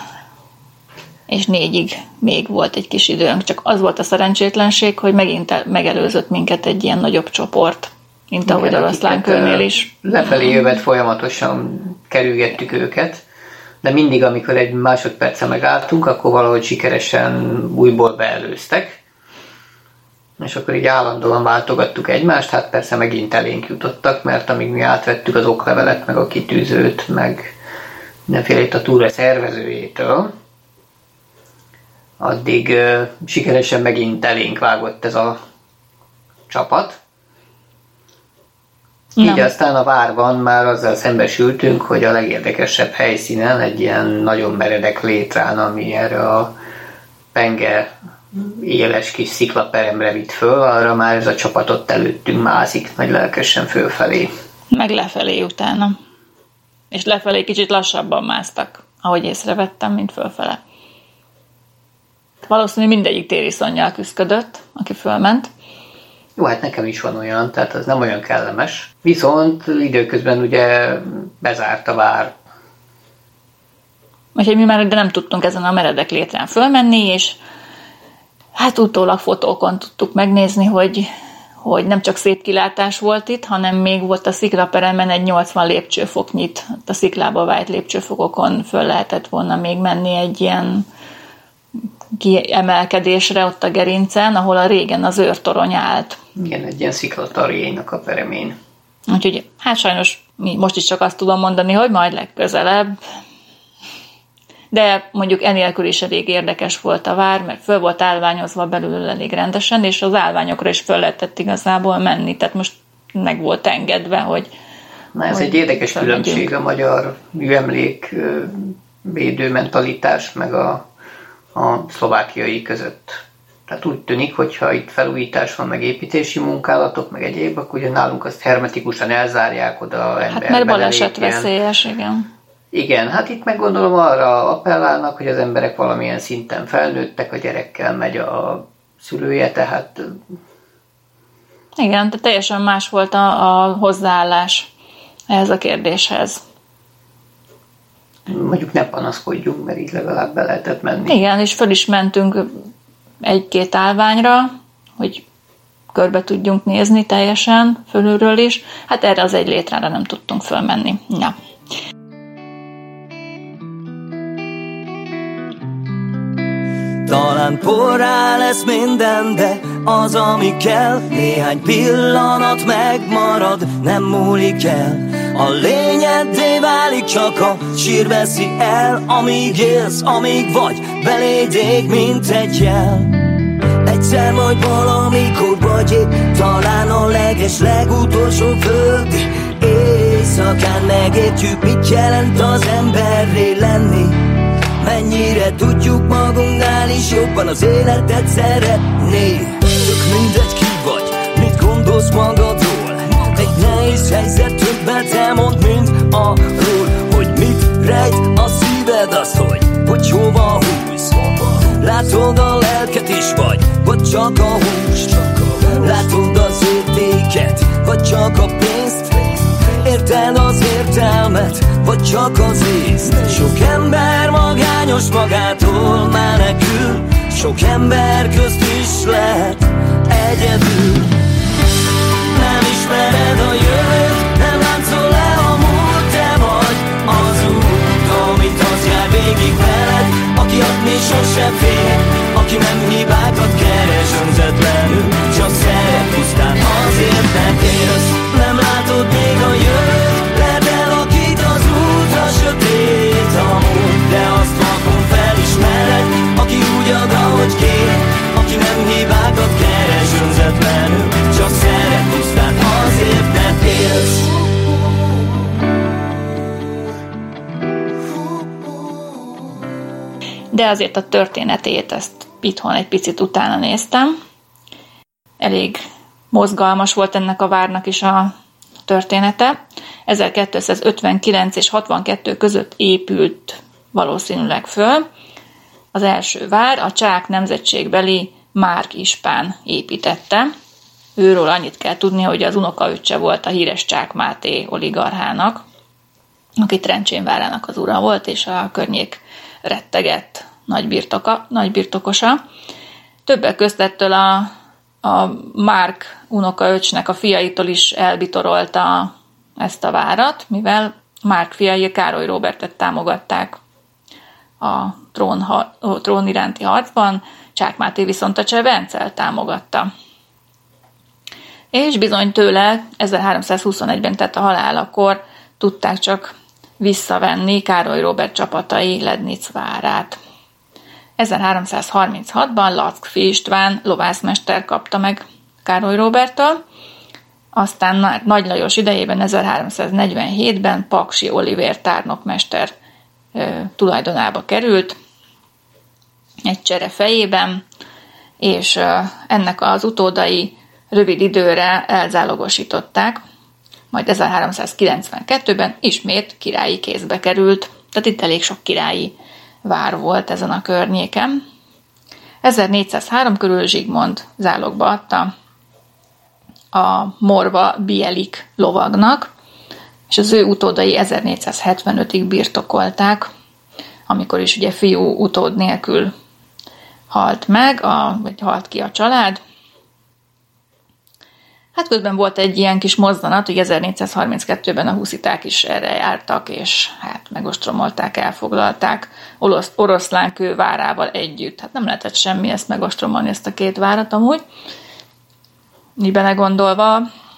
Speaker 1: 4-ig még volt egy kis időnk. Csak az volt a szerencsétlenség, hogy megint megelőzött minket egy ilyen nagyobb csoport, mint ahogy Oroszlánkőnél is.
Speaker 2: Lefelé jövet folyamatosan kerülgettük őket, de mindig, amikor egy másodperce megálltunk, akkor valahogy sikeresen újból beelőztek. És akkor így állandóan váltogattuk egymást, hát persze megint elénk jutottak, mert amíg mi átvettük az oklevelet, meg a kitűzőt, meg mindenfélét a túra szervezőjétől, addig sikeresen megint elénk vágott ez a csapat. Így aztán a várban már azzal szembesültünk, hogy a legérdekesebb helyszínen, egy ilyen nagyon meredek létrán, ami erre a penge éles kis sziklaperemre vitt föl, arra már ez a csapat ott előttünk mászik nagy lelkesen fölfelé.
Speaker 1: Meg lefelé utána. És lefelé kicsit lassabban másztak, ahogy észrevettem, mint fölfele. Valószínűleg mindegyik tériszonnyal küszködött, aki fölment.
Speaker 2: Jó, hát nekem is van olyan, tehát az nem olyan kellemes. Viszont időközben ugye bezárt a vár.
Speaker 1: Úgyhogy mi már nem tudtunk ezen a meredek létrán fölmenni, és hát utólag fotókon tudtuk megnézni, hogy nem csak szép kilátás volt itt, hanem még volt a sziklaperemen egy 80 lépcsőfoknyit. A sziklába vájt lépcsőfokokon föl lehetett volna még menni egy ilyen kiemelkedésre ott a gerincen, ahol a régen az őrtorony állt.
Speaker 2: Igen, egy ilyen sziklatarjénak a peremén.
Speaker 1: Úgyhogy hát sajnos most is csak azt tudom mondani, hogy majd legközelebb. De mondjuk enélkül is elég érdekes volt a vár, mert föl volt állványozva belül elég rendesen, és az állványokra is föl lehetett igazából menni. Tehát most meg volt engedve, hogy...
Speaker 2: Na ez egy érdekes különbség a magyar műemlék védő mentalitás meg a szlovákiai között. Tehát úgy tűnik, hogyha itt felújítás van, meg építési munkálatok, meg egyéb, akkor ugye nálunk azt hermetikusan elzárják oda ember.
Speaker 1: Hát mert baleset veszélyes, igen.
Speaker 2: Igen, hát itt meg gondolom arra appellálnak, hogy az emberek valamilyen szinten felnőttek, a gyerekkel megy a szülője, tehát...
Speaker 1: Igen, de teljesen más volt a hozzáállás ehhez a kérdéshez.
Speaker 2: Mondjuk ne panaszkodjunk, mert így legalább be lehetett menni.
Speaker 1: Igen, és föl is mentünk egy-két állványra, hogy körbe tudjunk nézni teljesen, fölülről is. Hát erre az egy létrára nem tudtunk fölmenni. Ja.
Speaker 8: Talán porrá lesz minden, de az, ami kell, néhány pillanat megmarad, nem múlik el. A lényeddé válik, csak a sír veszi el. Amíg élsz, amíg vagy, beléd ég, mint egy jel. Egyszer majd valamikor vagy épp, talán a legutolsó földi éjszakán megértjük, mit jelent az emberré lenni. Mennyire tudjuk magunknál is jobban az életet szeretni. Tök mindegy ki vagy, mit gondolsz magadról. Egy nehéz helyzet többet elmond, mint arról, hogy mit rejt a szíved, azt, hogy hova húz. Látod a lelket is vagy csak a húst. Látod az értéket, vagy csak a pénzt. Érted az értelmet, vagy csak az észt. Sok ember magányos magától menekül, sok ember közt is lehet egyedül. Nem ismered a jövőt, nem látszol el a múlt, te vagy az út, amit az jár végig veled, aki adni sose fél, aki nem hibákat keres önzetlenül, csak szeret pusztán azért, mert élsz. Nem látod még a jövőt, lehet elakít az út, a sötét a múlt, de azt vakon felismered, aki úgy ad, ahogy kér, aki nem hibákat keres önzetlenül, csak szeret pusztán azért, mert élsz.
Speaker 1: De azért a történetét, ezt itthon egy picit utána néztem. Elég mozgalmas volt ennek a várnak is a története. 1259 és 62 között épült valószínűleg föl. Az első vár a csák nemzetségbeli Márk ispán építette. Őről annyit kell tudni, hogy az unokaöccse volt a híres Csák Máté oligarchának, aki Trencsén várának az ura volt, és a környék rettegett nagybirtokosa. Többek közt ettől a Márk unokaöccsnek a fiaitól is elbitorolta ezt a várat, mivel Márk fiai Károly Róbertet támogatták a trón iránti harcban, Csák Máté viszont a cseh Vencel támogatta. És bizony tőle 1321-ben, tehát a halálakor tudták csak visszavenni Károly Róbert csapatai Lednic várát. 1336-ban Lackfi István lovászmester kapta meg Károly Róberttől, aztán Nagy Lajos idejében 1347-ben Paksi Olivér tárnokmester tulajdonába került egy csere fejében, és ennek az utódai rövid időre elzálogosították, majd 1392-ben ismét királyi kézbe került, tehát itt elég sok királyi vár volt ezen a környéken. 1403 körül Zsigmond zálogba adta a Morva Bielik lovagnak, és az ő utódai 1475-ig birtokolták, amikor is ugye fiú utód nélkül halt meg, vagy halt ki a család. Hát közben volt egy ilyen kis mozzanat, hogy 1432-ben a husziták is erre jártak, és hát megostromolták, elfoglalták Oroszlánkő várával együtt. Hát nem lehetett semmi ezt megostromolni, ezt a két várat amúgy. Mi belegondolva,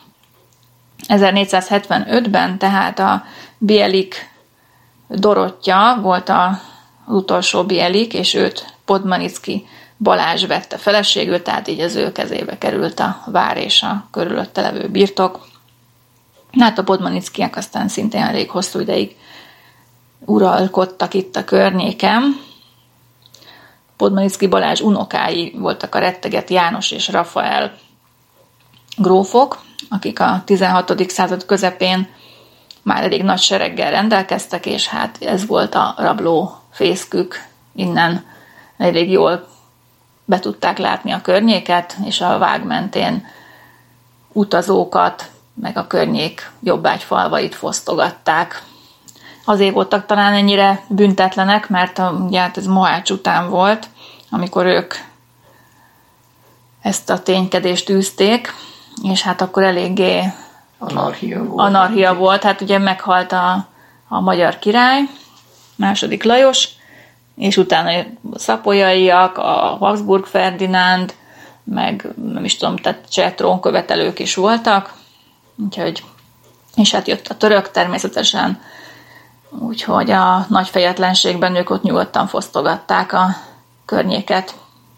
Speaker 1: 1475-ben tehát a Bielik Dorottya volt az utolsó Bielik, és őt Podmanicki Balázs vette feleségül, tehát így az ő kezébe került a vár és a körülötte levő birtok. Hát a Podmanickiek aztán szintén elég hosszú ideig uralkodtak itt a környéken. Podmanicki Balázs unokái voltak a retteget János és Rafael grófok, akik a 16. század közepén már elég nagy sereggel rendelkeztek, és hát ez volt a rabló fészkük. Innen elég jól be tudták látni a környéket, és a vág mentén utazókat, meg a környék jobbágyfalvait fosztogatták. Azért voltak talán ennyire büntetlenek, mert ugye hát ez Mohács után volt, amikor ők ezt a ténykedést űzték, és hát akkor eléggé anarchia volt. Hát ugye meghalt a magyar király, II. Lajos, és utána a szapolyaiak, a Habsburg Ferdinánd, meg nem is tudom, tehát cseh trónkövetelők is voltak, úgyhogy, és hát jött a török természetesen, úgyhogy a nagy fejetlenségben ők ott nyugodtan fosztogatták a környéket.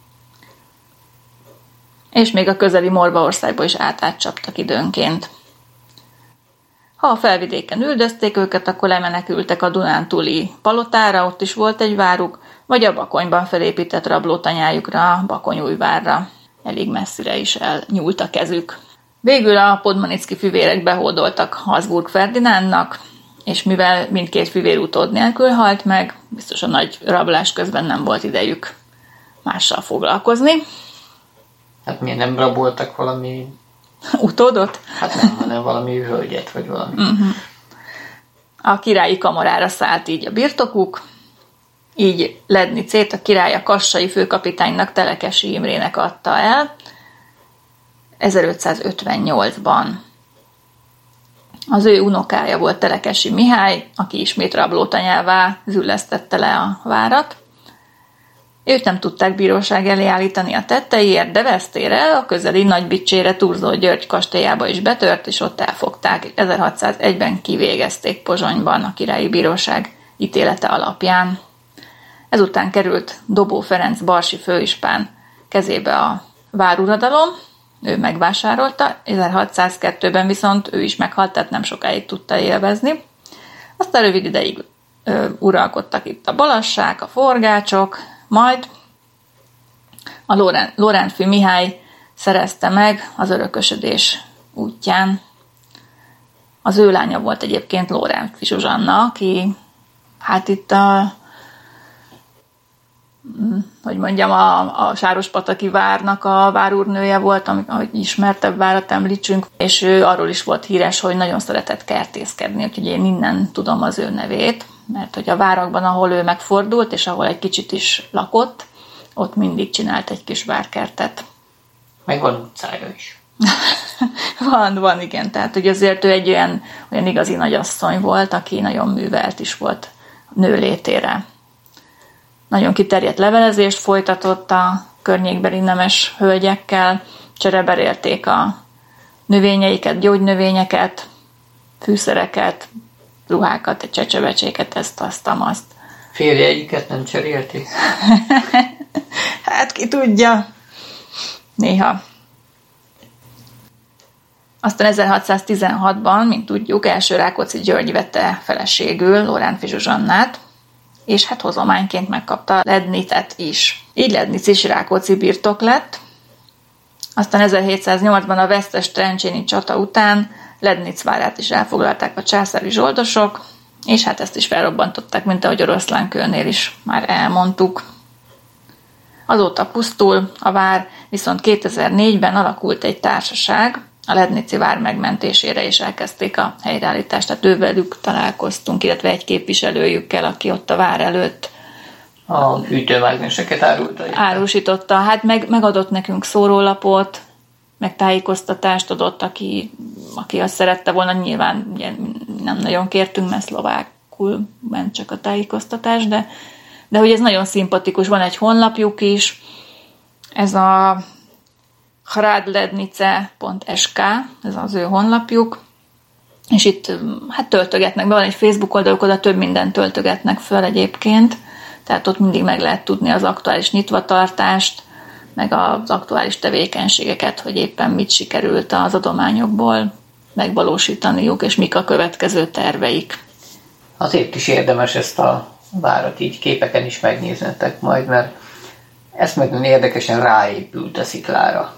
Speaker 1: És még a közeli Morvaországba is átcsaptak időnként. Ha a felvidéken üldözték őket, akkor lemenekültek a Dunántúli palotára, ott is volt egy váruk, vagy a Bakonyban felépített rablótanyájukra, Bakonyújvárra. Elég messzire is elnyúlt a kezük. Végül a Podmanicki fivérek behódoltak Habsburg Ferdinándnak, és mivel mindkét fivér utód nélkül halt meg, biztos a nagy rablás közben nem volt idejük mással foglalkozni.
Speaker 2: Hát miért nem raboltak valami
Speaker 1: utódot?
Speaker 2: Hát nem, hanem valami hölgyet, vagy valami.
Speaker 1: Uh-huh. A királyi kamarára szállt így a birtokuk, így Lednicét a király a kassai főkapitánynak, Telekesi Imrének adta el 1558-ban. Az ő unokája volt Telekesi Mihály, aki ismét rablótanyává züllesztette le a várat. Őt nem tudták bíróság elé állítani a tetteiért, de vesztére a közeli Nagybicsére Thurzó György kastélyába is betört, és ott elfogták. 1601-ben kivégezték Pozsonyban a királyi bíróság ítélete alapján. Ezután került Dobó Ferenc barsi főispán kezébe a váruradalom, ő megvásárolta, 1602-ben viszont ő is meghalt, tehát nem sokáig tudta élvezni. Aztán rövid ideig uralkodtak itt a balassák, a forgácsok, majd a Lorántffy Mihály szerezte meg az örökösödés útján. Az ő lánya volt egyébként Lorántffy Zsuzsanna, aki hát itt a Sárospataki várnak a várúrnője volt, ahogy ismertebb várat említsünk, és ő arról is volt híres, hogy nagyon szeretett kertészkedni, úgyhogy én innen tudom az ő nevét, mert hogy a várakban, ahol ő megfordult, és ahol egy kicsit is lakott, ott mindig csinált egy kis várkertet.
Speaker 2: Meg van utcája is.
Speaker 1: van, igen. Tehát, hogy azért ő egy olyan igazi nagyasszony volt, aki nagyon művelt is volt nőlétére. Nagyon kiterjedt levelezést folytatott a környékbeli nemes hölgyekkel, csereberélték a növényeiket, gyógynövényeket, fűszereket, ruhákat, egy csecsebecséket, ezt, azt.
Speaker 2: Férjeiket nem cserélték?
Speaker 1: Hát ki tudja. Néha. Aztán 1616-ban, mint tudjuk, első Rákóczi György vette feleségül Lorántffy Zsuzsannát, és hát hozományként megkapta Lednicet is. Így Lednic is Rákóczi birtok lett. Aztán 1708-ban a vesztes trencséni csata után Lednic várát is elfoglalták a császári zsoldosok, és hát ezt is felrobbantották, mint ahogy Oroszlánkőnél is már elmondtuk. Azóta pusztul a vár, viszont 2004-ben alakult egy társaság, a Lednici vár megmentésére is elkezdték a helyreállítást, tehát ővelük találkoztunk, illetve egy képviselőjükkel, aki ott a vár előtt
Speaker 2: a hűtőmágneseket
Speaker 1: árusította. Hát megadott nekünk szórólapot, meg tájékoztatást adott, aki azt szerette volna, nyilván ugye nem nagyon kértünk, mert szlovákul ment csak a tájékoztatás, de hogy ez nagyon szimpatikus, van egy honlapjuk is, ez a hradlednice.sk, ez az ő honlapjuk, és itt hát töltögetnek be, van egy Facebook oldaluk, oda több mindent töltögetnek föl egyébként, tehát ott mindig meg lehet tudni az aktuális nyitvatartást, meg az aktuális tevékenységeket, hogy éppen mit sikerült az adományokból megvalósítaniuk, és mik a következő terveik.
Speaker 2: Azért is érdemes ezt a várat így képeken is megnéznetek majd, mert ezt meg nagyon érdekesen ráépült a sziklára.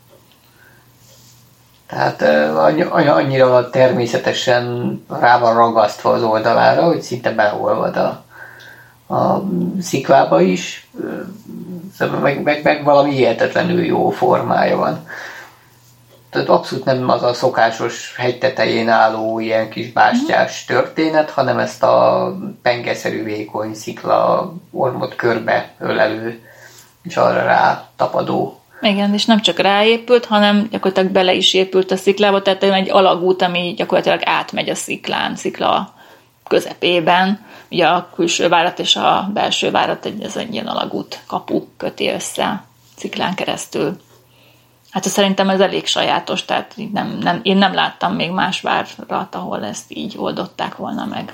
Speaker 2: Tehát annyira természetesen rá van ragasztva az oldalára, hogy szinte beleolvad a sziklába is, meg valami hihetetlenül jó formája van. Tehát abszolút nem az a szokásos hegy tetején álló ilyen kis bástyás történet, hanem ezt a pengeszerű vékony szikla ormot körbe ölelő és arra rá tapadó.
Speaker 1: Igen, és nem csak ráépült, hanem gyakorlatilag bele is épült a sziklába, tehát egy alagút, ami gyakorlatilag átmegy a szikla közepében. Ugye a külső várat és a belső várat ez egy ilyen alagút kapu köti össze a sziklán keresztül. Hát szerintem ez elég sajátos, tehát én nem láttam még más várat, ahol ezt így oldották volna meg.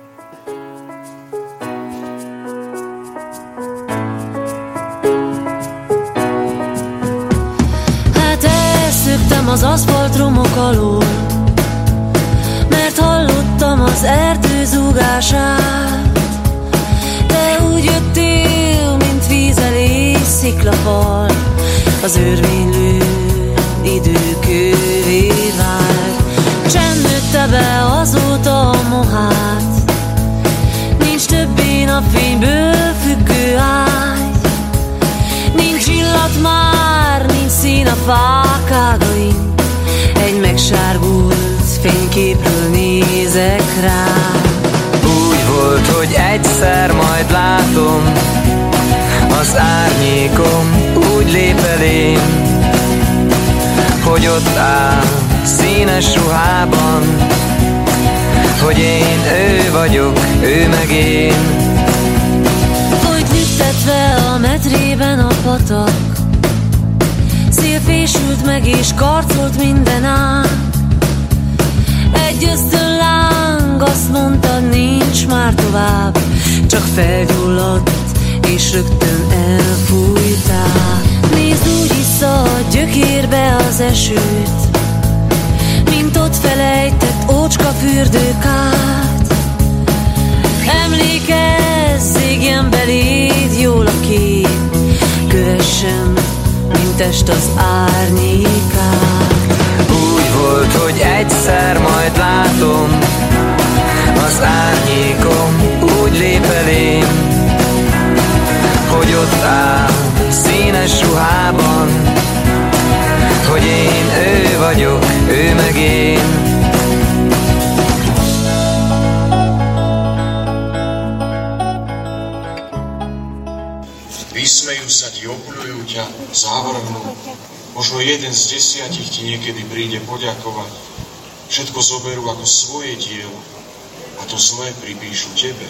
Speaker 3: Hát elszöktem az aszfaltromok alól, mert hallottam az erdő zúgását. Te úgy jöttél, mint víz elé sziklafal, az örvénylő időkővé vált. Csend nőtte be azóta a mohát, nincs többé napfényből függő ágy, nincs illat már, nincs szín a fák ágain, egy megsárgult fényképről nézek rá.
Speaker 8: Úgy volt, hogy egyszer majd látom, az árnyékom úgy lép elém, hogy ott áll színes ruhában, hogy én ő vagyok, ő meg én.
Speaker 3: Folyt lüktetve a medrében a patak, szél fésült meg és karcolt minden ág. Egy ösztönláng azt mondta, nincs már tovább, csak felgyulladt és rögtön elfújták. Nézd, úgy iszza a gyökérbe az esőt, mint ott felejtett ócska fürdőkát. Emlékezz, égjen beléd jól a kép, kövessem, mint est az árnyékát.
Speaker 8: Úgy volt, hogy egyszer majd látom, az árnyékom úgy lép elém, hogy ott áll színes ruhában, hogy én ő vagyok, ő meg én.
Speaker 9: Vysmejú sa ti, opľujú ťa, závrhnú. Možno jeden z 10 ti niekedy príde poďakovať. Všetko zoberú ako svoje dielo a to zlé pripíšu tebe.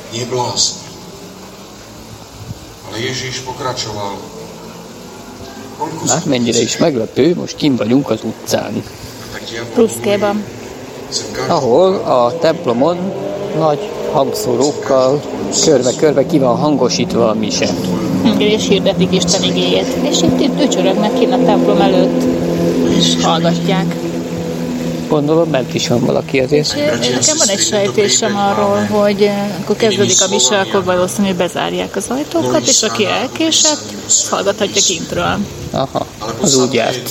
Speaker 9: Neblázne. Ale Ježíš pokračoval.
Speaker 7: Bármennyire is meglepő, most kint vagyunk az utcán.
Speaker 1: Pruszkéban.
Speaker 7: Ahol a templomon nagy hangszórókkal körbe-körbe ki van hangosítva a mise.
Speaker 1: És hirdetik Isten igéjét. És itt ücsörögnek kint a templom előtt, és hallgatják.
Speaker 7: Gondolom, bent is van valaki azért.
Speaker 1: És nekem van egy sejtésem arról, hogy akkor kezdődik a mise, akkor valószínűleg bezárják az ajtókat, és aki elkésett, hallgathatja kintről.
Speaker 7: Aha, az úgy járt.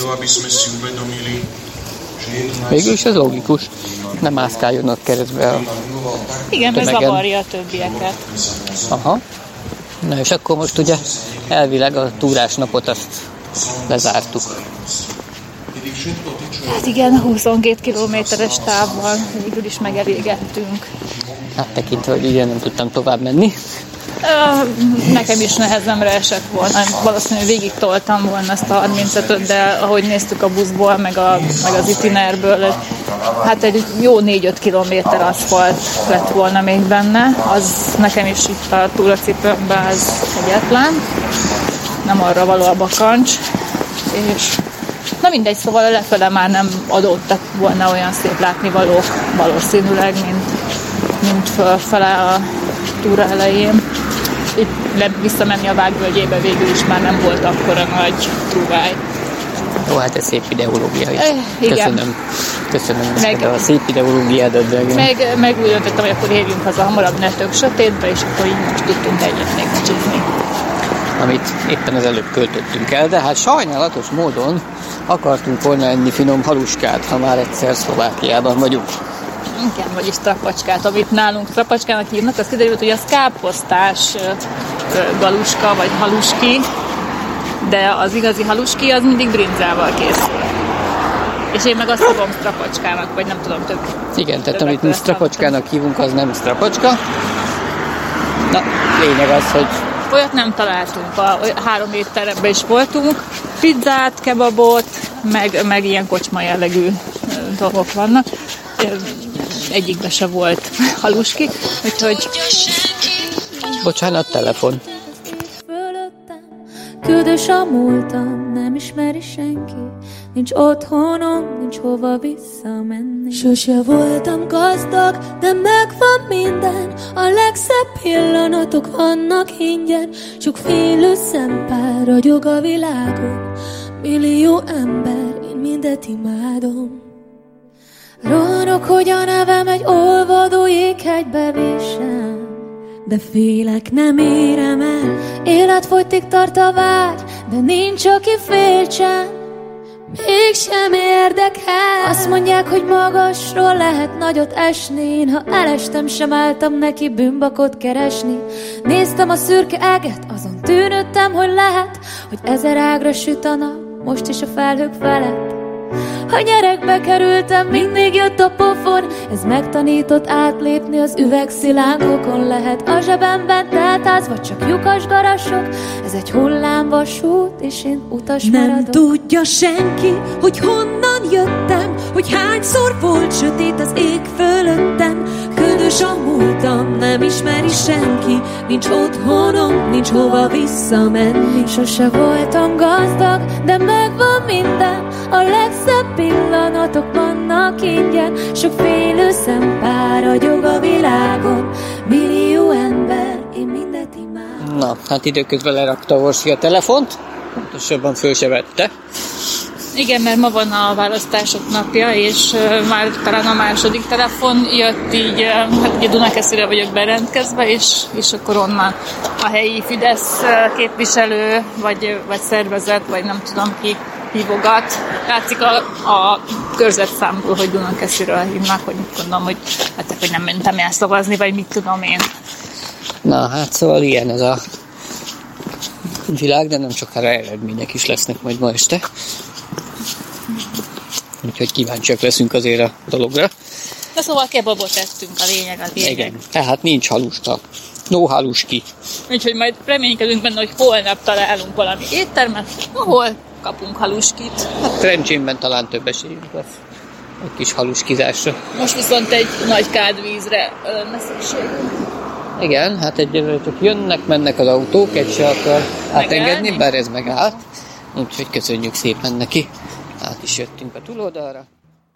Speaker 7: Végülis ez logikus. Nem mászkáljonnak keresztbe a
Speaker 1: igen,
Speaker 7: tömegen.
Speaker 1: ez zavarja a többieket.
Speaker 7: Aha. Na és akkor most ugye elvileg a túrás napot azt lezártuk.
Speaker 1: Hát igen, 22 kilométeres távval végül is megelégettünk.
Speaker 7: Hát tekintve, hogy ugye nem tudtam tovább menni.
Speaker 1: Nekem is nehezemre esett volna. Valószínűleg végig toltam volna ezt a 35-öt, de ahogy néztük a buszból, meg az itinerből, hát egy jó 4-5 kilométer aszfalt lett volna még benne. Az nekem is itt a túracipőmben az egyetlen. Nem arra való a bakancs. És na mindegy, szóval lefele már nem adottak volna olyan szép látnivalók valószínűleg, mint fölfele a túra elején. Itt visszamenni a Vágvölgyébe végül is már nem volt akkora nagy trúváj.
Speaker 7: Jó, hát ez szép ideológia is.
Speaker 1: Igen.
Speaker 7: Köszönöm a szép ideológiádat, drágám.
Speaker 1: Meg úgy döntöttem, hogy akkor érjünk haza hamarabb, ne tök sötétbe, és akkor így most tudtunk egyet még kicsizni.
Speaker 7: Amit éppen az előbb költöttünk el, de hát sajnálatos módon akartunk volna enni finom haluskát, ha már egyszer Szlovákiában vagyunk.
Speaker 1: Igen, vagyis trapacskát, amit nálunk trapacskának hívnak, az kiderült, hogy az káposztás galuska, vagy haluski, de az igazi haluski az mindig brinzával készül. És én meg azt hívom strapacskának, vagy nem tudom több.
Speaker 7: Igen, tehát amit mi strapacskának hívunk, az nem strapacska. Na, lényeg az, hogy
Speaker 1: olyat nem találtunk, a 3 étteremben is voltunk, pizzát, kebabot, meg ilyen kocsma jellegű dolgok vannak. Egyikben se volt haluski, úgyhogy...
Speaker 7: Bocsánat, telefon.
Speaker 10: Ködös a múltam, nem ismeri senki. Nincs otthonom, nincs hova visszamenni. Sose voltam gazdag, de megvan minden. A legszebb pillanatok vannak ingyen. Csak félő szempár ragyog a világon. Millió ember, én mindet imádom. Rohanok, hogy a nevem egy olvadó jéghegybe vésem. De félek, nem érem el. Életfogytig tart a vágy, de nincs, aki féltsen. Mégsem érdekel. Azt mondják, hogy magasról lehet nagyot esni. Én, ha elestem, sem álltam neki bűnbakot keresni. Néztem a szürke eget, azon tűnődtem, hogy lehet, hogy 1000 ágra süt a nap, most is a felhők felett. Ha gyerekbe kerültem, mindig jött a pofon. Ez megtanított átlépni az üvegszilánkokon. Lehet a zsebemben teltház, vagy csak lyukas garasok. Ez egy hullámvasút, és én utas maradok.
Speaker 11: Nem tudja senki, hogy honnan jöttem, hogy hányszor volt sötét az ég fölöttem. Ködös a múltam, nem ismeri senki. Nincs otthonom, nincs hova visszamenni.
Speaker 10: Sose voltam gazdag, de megvan minden. A legszebb pillanatok vannak ingyen. Sok félő szempár ragyog a világon. Millió ember, én mindet imádom.
Speaker 7: Na, hát időközben lerakta Orsi a telefont. Pontosabban föl se vette.
Speaker 1: Igen, mert ma van a választások napja, és már talán a második telefon jött így, hát ugye Dunakeszire vagyok berendkezve, és akkor onnan a helyi Fidesz képviselő, vagy szervezet, vagy nem tudom ki hívogat. Látszik a körzetszámból, hogy Dunakesziről hívnak, hogy gondolom, hogy nem mentem el szavazni, vagy mit tudom én.
Speaker 7: Na, hát szóval ilyen ez a világ, de nem sokára eredmények is lesznek majd ma este. Úgyhogy kíváncsiak leszünk azért a dologra.
Speaker 1: De szóval kebabot tettünk, a lényeg.
Speaker 7: Igen, tehát nincs halusta. No haluski.
Speaker 1: Úgyhogy majd reménykedünk benne, hogy holnap találunk valami éttermet, ahol kapunk haluskit.
Speaker 7: Hát Trencsénben talán több esélyünk lesz egy kis haluskizásra.
Speaker 1: Most viszont egy nagy kádvízre lenne szükségünk.
Speaker 7: Igen, hát egyelőre csak jönnek, mennek az autók, egy se akar átengedni, bár ez megállt. Úgyhogy köszönjük szépen neki. Át is jöttünk a túloldalra.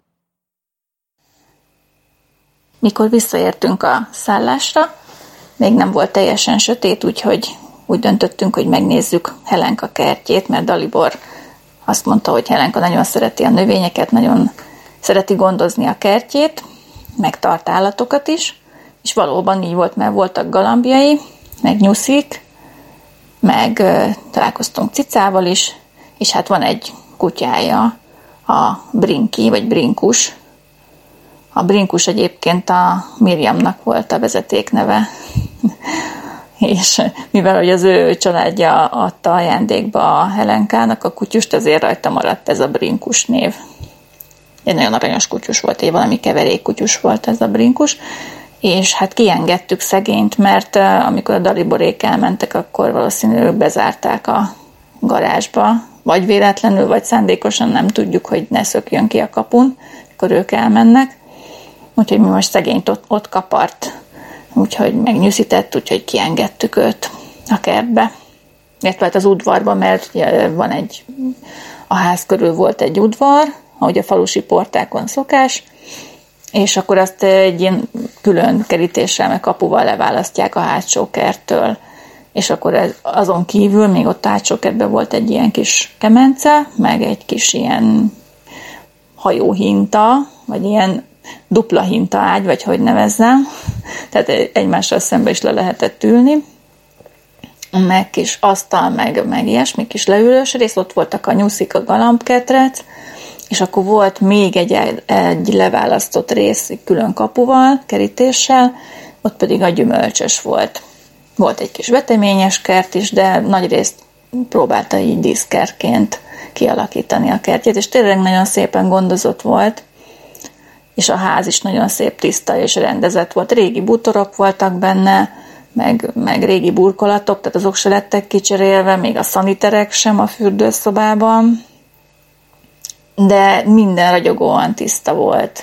Speaker 1: Mikor visszaértünk a szállásra, még nem volt teljesen sötét, úgyhogy úgy döntöttünk, hogy megnézzük Helenka kertjét, mert Dalibor azt mondta, hogy Helenka nagyon szereti a növényeket, nagyon szereti gondozni a kertjét, meg tart állatokat is, és valóban így volt, mert voltak galambjai, meg nyuszik, meg találkoztunk cicával is, és hát van egy kutyája, a Brinki, vagy Brinkus. A Brinkus egyébként a Miriamnak volt a vezetékneve, és mivel hogy az ő családja adta ajándékba a Helenkának a kutyust, azért rajta maradt ez a Brinkus név. Egy nagyon aranyos kutyus volt, egy valami keverékkutyus volt ez a Brinkus, és hát kiengedtük szegényt, mert amikor a Daliborék elmentek, akkor valószínűleg bezárták a garázsba, vagy véletlenül, vagy szándékosan, nem tudjuk, hogy ne szökjön ki a kapun, amikor ők elmennek. Úgyhogy mi most szegényt ott kapart, úgyhogy megnyűszített, úgyhogy kiengedtük őt a kertbe. Illetve hát az udvarba, mert van a ház körül volt egy udvar, ahogy a falusi portákon szokás, és akkor azt egy ilyen külön kerítéssel, meg kapuval leválasztják a hátsó kerttől. És akkor azon kívül még ott a hátsó kertben volt egy ilyen kis kemence, meg egy kis ilyen hajóhinta, vagy ilyen dupla hinta ágy, vagy hogy nevezzem. Tehát egymással szembe is le lehetett ülni. Meg kis asztal, meg ilyesmi kis leülős rész, ott voltak a nyuszik, a galambketrec, és akkor volt még egy leválasztott rész külön kapuval, kerítéssel, ott pedig a gyümölcsös volt. Volt egy kis veteményes kert is, de nagyrészt próbálta így díszkertként kialakítani a kertjét, és tényleg nagyon szépen gondozott volt, és a ház is nagyon szép, tiszta és rendezett volt. Régi bútorok voltak benne, meg régi burkolatok, tehát azok se lettek kicserélve, még a szaniterek sem a fürdőszobában, de minden ragyogóan tiszta volt.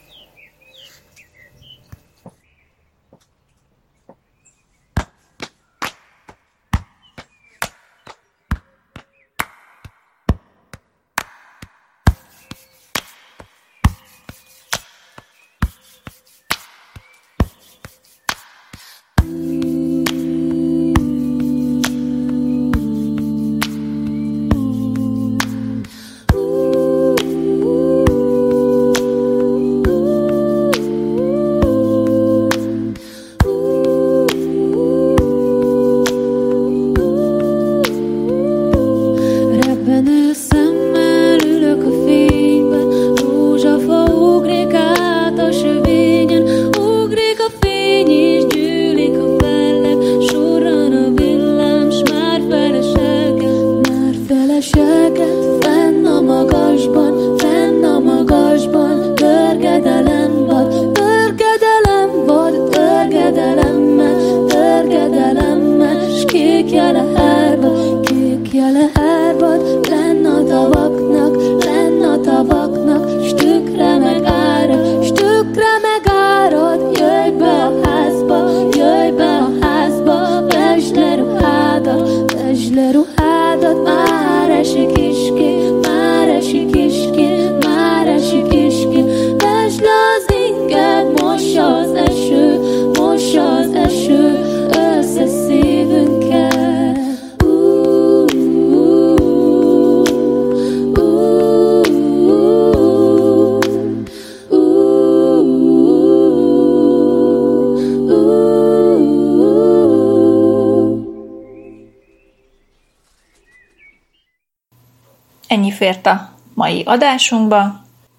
Speaker 1: Ennyi fért a mai adásunkba.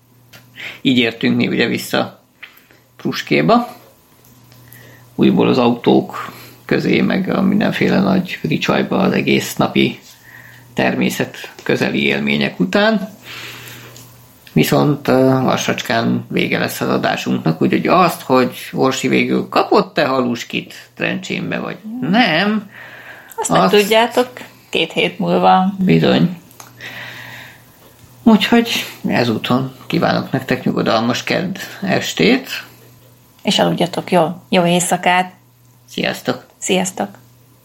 Speaker 2: Így értünk mi ugye vissza Pruskéba. Újból az autók közé, meg a mindenféle nagy ricsajba az egész napi természet közeli élmények után. Viszont lassacskán vége lesz az adásunknak, úgyhogy azt, hogy Orsi végül kapott-e haluskit Trencsénbe, vagy nem.
Speaker 1: Azt nem tudjátok 2 hét múlva.
Speaker 2: Bizony. Úgyhogy ezúton kívánok nektek nyugodalmas kedd estét.
Speaker 1: És aludjatok jól. Jó éjszakát.
Speaker 2: Sziasztok!
Speaker 1: Sziasztok!